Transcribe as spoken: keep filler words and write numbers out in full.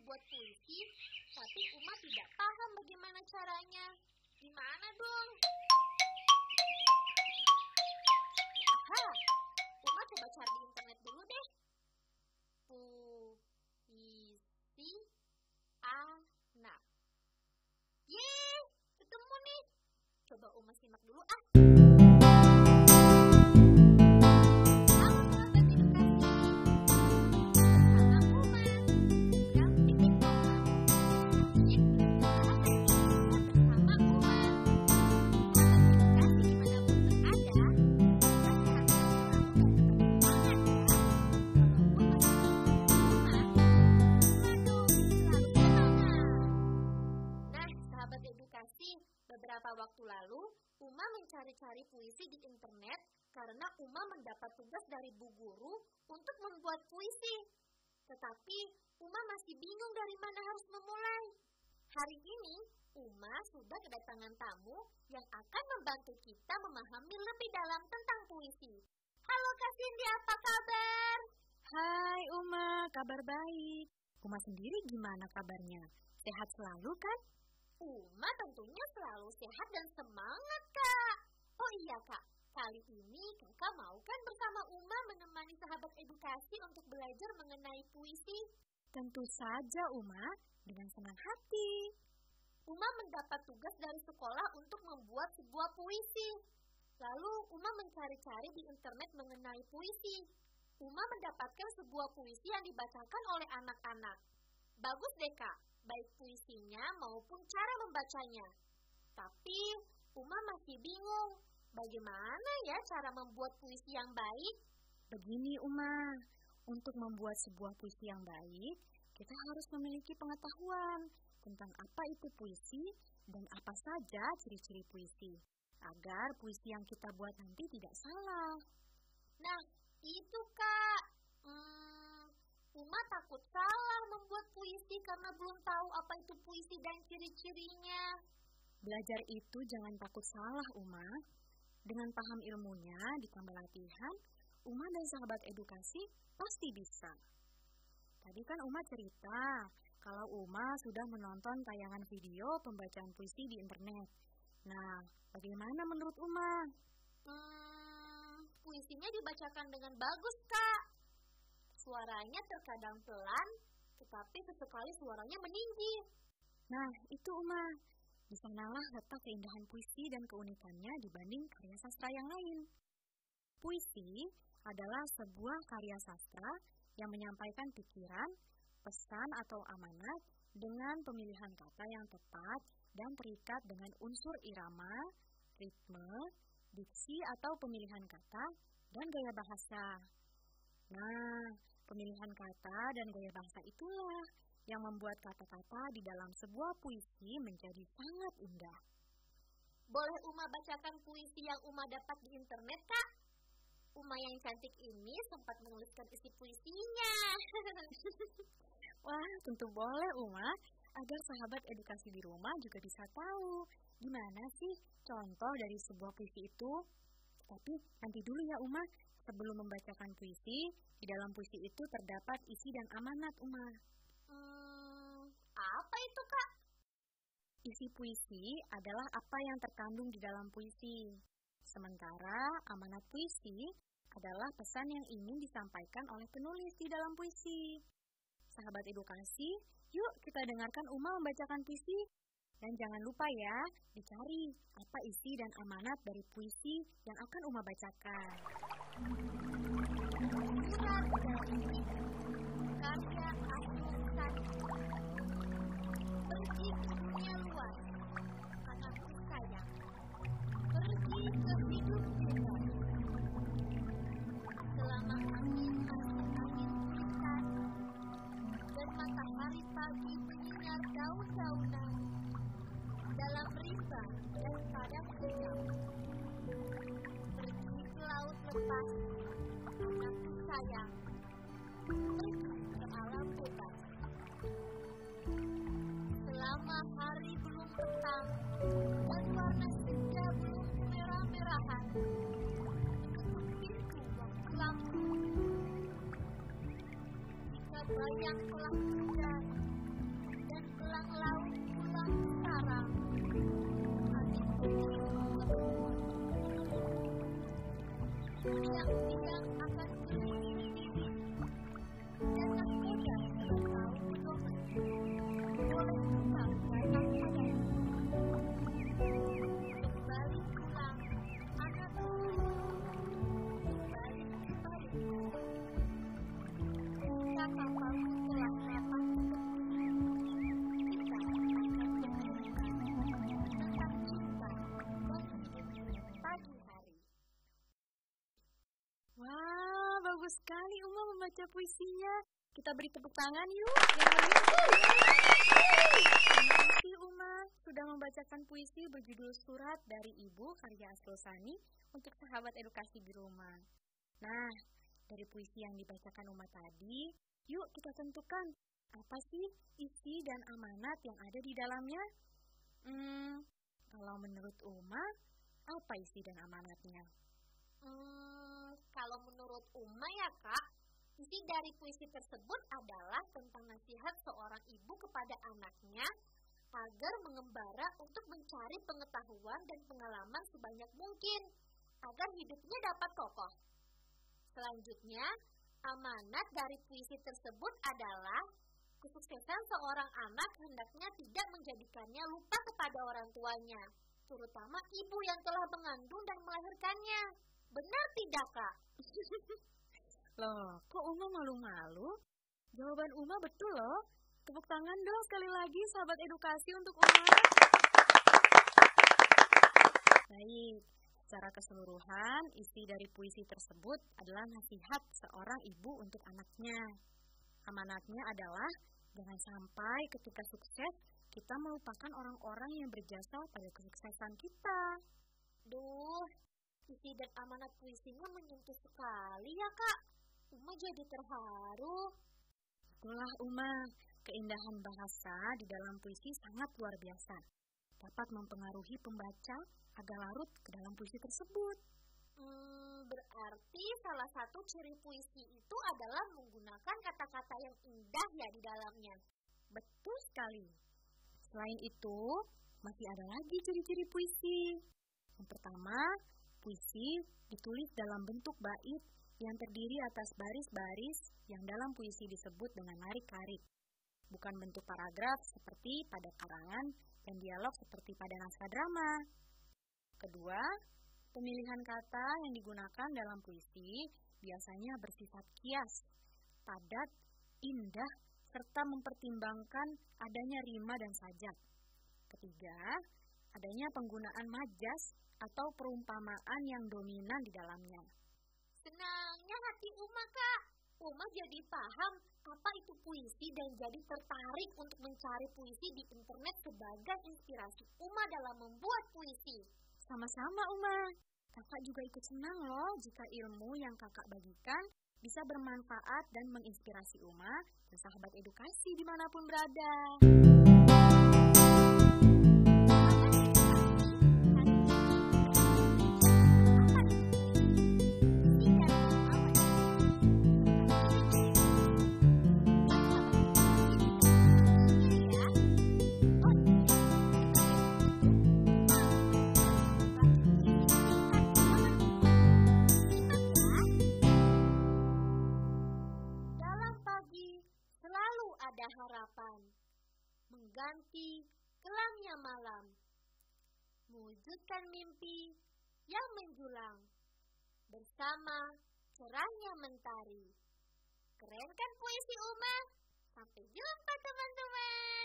membuat puisi, tapi Uma tidak paham bagaimana caranya. Gimana dong? Aha, Uma coba cari di internet dulu deh. Puisi anak. Yeay, ketemu nih. Coba Uma simak dulu ah. Beberapa waktu lalu, Uma mencari-cari puisi di internet karena Uma mendapat tugas dari Bu Guru untuk membuat puisi. Tetapi, Uma masih bingung dari mana harus memulai. Hari ini, Uma sudah kedatangan tamu yang akan membantu kita memahami lebih dalam tentang puisi. Halo Kak Cindy, apa kabar? Hai Uma, kabar baik. Uma sendiri gimana kabarnya? Sehat selalu kan? Uma tentunya selalu sehat dan semangat, Kak. Oh iya, Kak. Kali ini Kakak mau kan bersama Uma menemani sahabat edukasi untuk belajar mengenai puisi? Tentu saja, Uma. Dengan senang hati. Uma mendapat tugas dari sekolah untuk membuat sebuah puisi. Lalu Uma mencari-cari di internet mengenai puisi. Uma mendapatkan sebuah puisi yang dibacakan oleh anak-anak. Bagus deh, Kak. Baik puisinya maupun cara membacanya. Tapi Uma masih bingung, bagaimana ya cara membuat puisi yang baik? Begini Uma, untuk membuat sebuah puisi yang baik, kita harus memiliki pengetahuan tentang apa itu puisi dan apa saja ciri-ciri puisi, agar puisi yang kita buat nanti tidak salah. Nah, itu Kak. Hmm... Uma takut salah membuat puisi karena belum tahu apa itu puisi dan ciri-cirinya. Belajar itu jangan takut salah, Uma. Dengan paham ilmunya ditambah latihan, Uma dan sahabat edukasi pasti bisa. Tadi kan Uma cerita kalau Uma sudah menonton tayangan video pembacaan puisi di internet. Nah, bagaimana menurut Uma? Hmm, puisinya dibacakan dengan bagus, Kak. Suaranya terkadang pelan, tetapi sesekali suaranya meninggi. Nah, itu Uma. Di sanalah letak keindahan puisi dan keunikannya dibanding karya sastra yang lain. Puisi adalah sebuah karya sastra yang menyampaikan pikiran, pesan atau amanat dengan pemilihan kata yang tepat dan terikat dengan unsur irama, ritme, diksi atau pemilihan kata, dan gaya bahasa. Nah, pemilihan kata dan gaya bahasa itulah yang membuat kata-kata di dalam sebuah puisi menjadi sangat indah. Boleh Uma bacakan puisi yang Uma dapat di internet, Kak? Uma yang cantik ini sempat menuliskan isi puisinya. Wah, tentu boleh Uma, agar sahabat edukasi di rumah juga bisa tahu gimana sih contoh dari sebuah puisi itu. Tapi nanti dulu ya Uma, sebelum membacakan puisi, di dalam puisi itu terdapat isi dan amanat, Uma. Hmm, apa itu, Kak? Isi puisi adalah apa yang terkandung di dalam puisi. Sementara amanat puisi adalah pesan yang ingin disampaikan oleh penulis di dalam puisi. Sahabat edukasi, yuk kita dengarkan Uma membacakan puisi. Dan jangan lupa ya, dicari apa isi dan amanat dari puisi yang akan Uma bacakan. Surat dari karya Ayub Sadi. Pergi ke dunia luas, anakku sayang. Pergi ke hidup bebas. Selama angin masih angin hujan dan matahari pagi menyinar daun-daunan dalam rimba dan padang hijau. Pergi ke laut lepas, anakku sayang. Pergi ke alam bebas. Selama hari belum petang dan warna senja belum kemerah-merahan, menutup pintu waktu lampu. Jika bayang telah hujan bagus sekali Uma membaca puisinya. Kita beri tepuk tangan yuk. Yang meriah. Terima kasih Uma sudah membacakan puisi berjudul Surat dari Ibu karya Aslosani untuk sahabat edukasi di rumah. Nah, dari puisi yang dibacakan Uma tadi, yuk kita tentukan apa sih isi dan amanat yang ada di dalamnya. Hmm, kalau menurut Uma, apa isi dan amanatnya? Hmm, kalau menurut Uma ya Kak, isi dari puisi tersebut adalah tentang nasihat seorang ibu kepada anaknya agar mengembara untuk mencari pengetahuan dan pengalaman sebanyak mungkin agar hidupnya dapat kokoh. Selanjutnya, amanat dari puisi tersebut adalah kesuksesan seorang anak hendaknya tidak menjadikannya lupa kepada orang tuanya, terutama ibu yang telah mengandung dan melahirkannya. Benar tidak, Kak? Loh, kok Uma malu-malu? Jawaban Uma betul loh. Tepuk tangan dong sekali lagi sahabat edukasi untuk Uma. Baik, secara keseluruhan isi dari puisi tersebut adalah nasihat seorang ibu untuk anaknya. Amanatnya adalah jangan sampai ketika sukses kita melupakan orang-orang yang berjasa pada kesuksesan kita. Duh, isi dan amanat puisinya menyentuh sekali ya Kak. Uma jadi terharu. Itulah Uma, keindahan bahasa di dalam puisi sangat luar biasa. Dapat mempengaruhi pembaca agar larut ke dalam puisi tersebut. Hmm, berarti salah satu ciri puisi itu adalah menggunakan kata-kata yang indah ya di dalamnya. Betul sekali. Selain itu, masih ada lagi ciri-ciri puisi. Yang pertama, puisi ditulis dalam bentuk bait yang terdiri atas baris-baris yang dalam puisi disebut dengan narik-narik. Bukan bentuk paragraf seperti pada karangan dan dialog seperti pada naskah drama. Kedua, pemilihan kata yang digunakan dalam puisi biasanya bersifat kias, padat, indah, serta mempertimbangkan adanya rima dan sajak. Ketiga, adanya penggunaan majas atau perumpamaan yang dominan di dalamnya. Senangnya hati Uma, Kak. Uma jadi paham apa itu puisi dan jadi tertarik untuk mencari puisi di internet sebagai inspirasi Uma dalam membuat puisi. Sama-sama Uma, kakak juga ikut senang loh jika ilmu yang kakak bagikan bisa bermanfaat dan menginspirasi Uma dan sahabat edukasi dimanapun berada. Ada harapan, mengganti kelamnya malam, mewujudkan mimpi yang menjulang, bersama cerahnya mentari. Keren kan puisi Uma? Sampai jumpa teman-teman.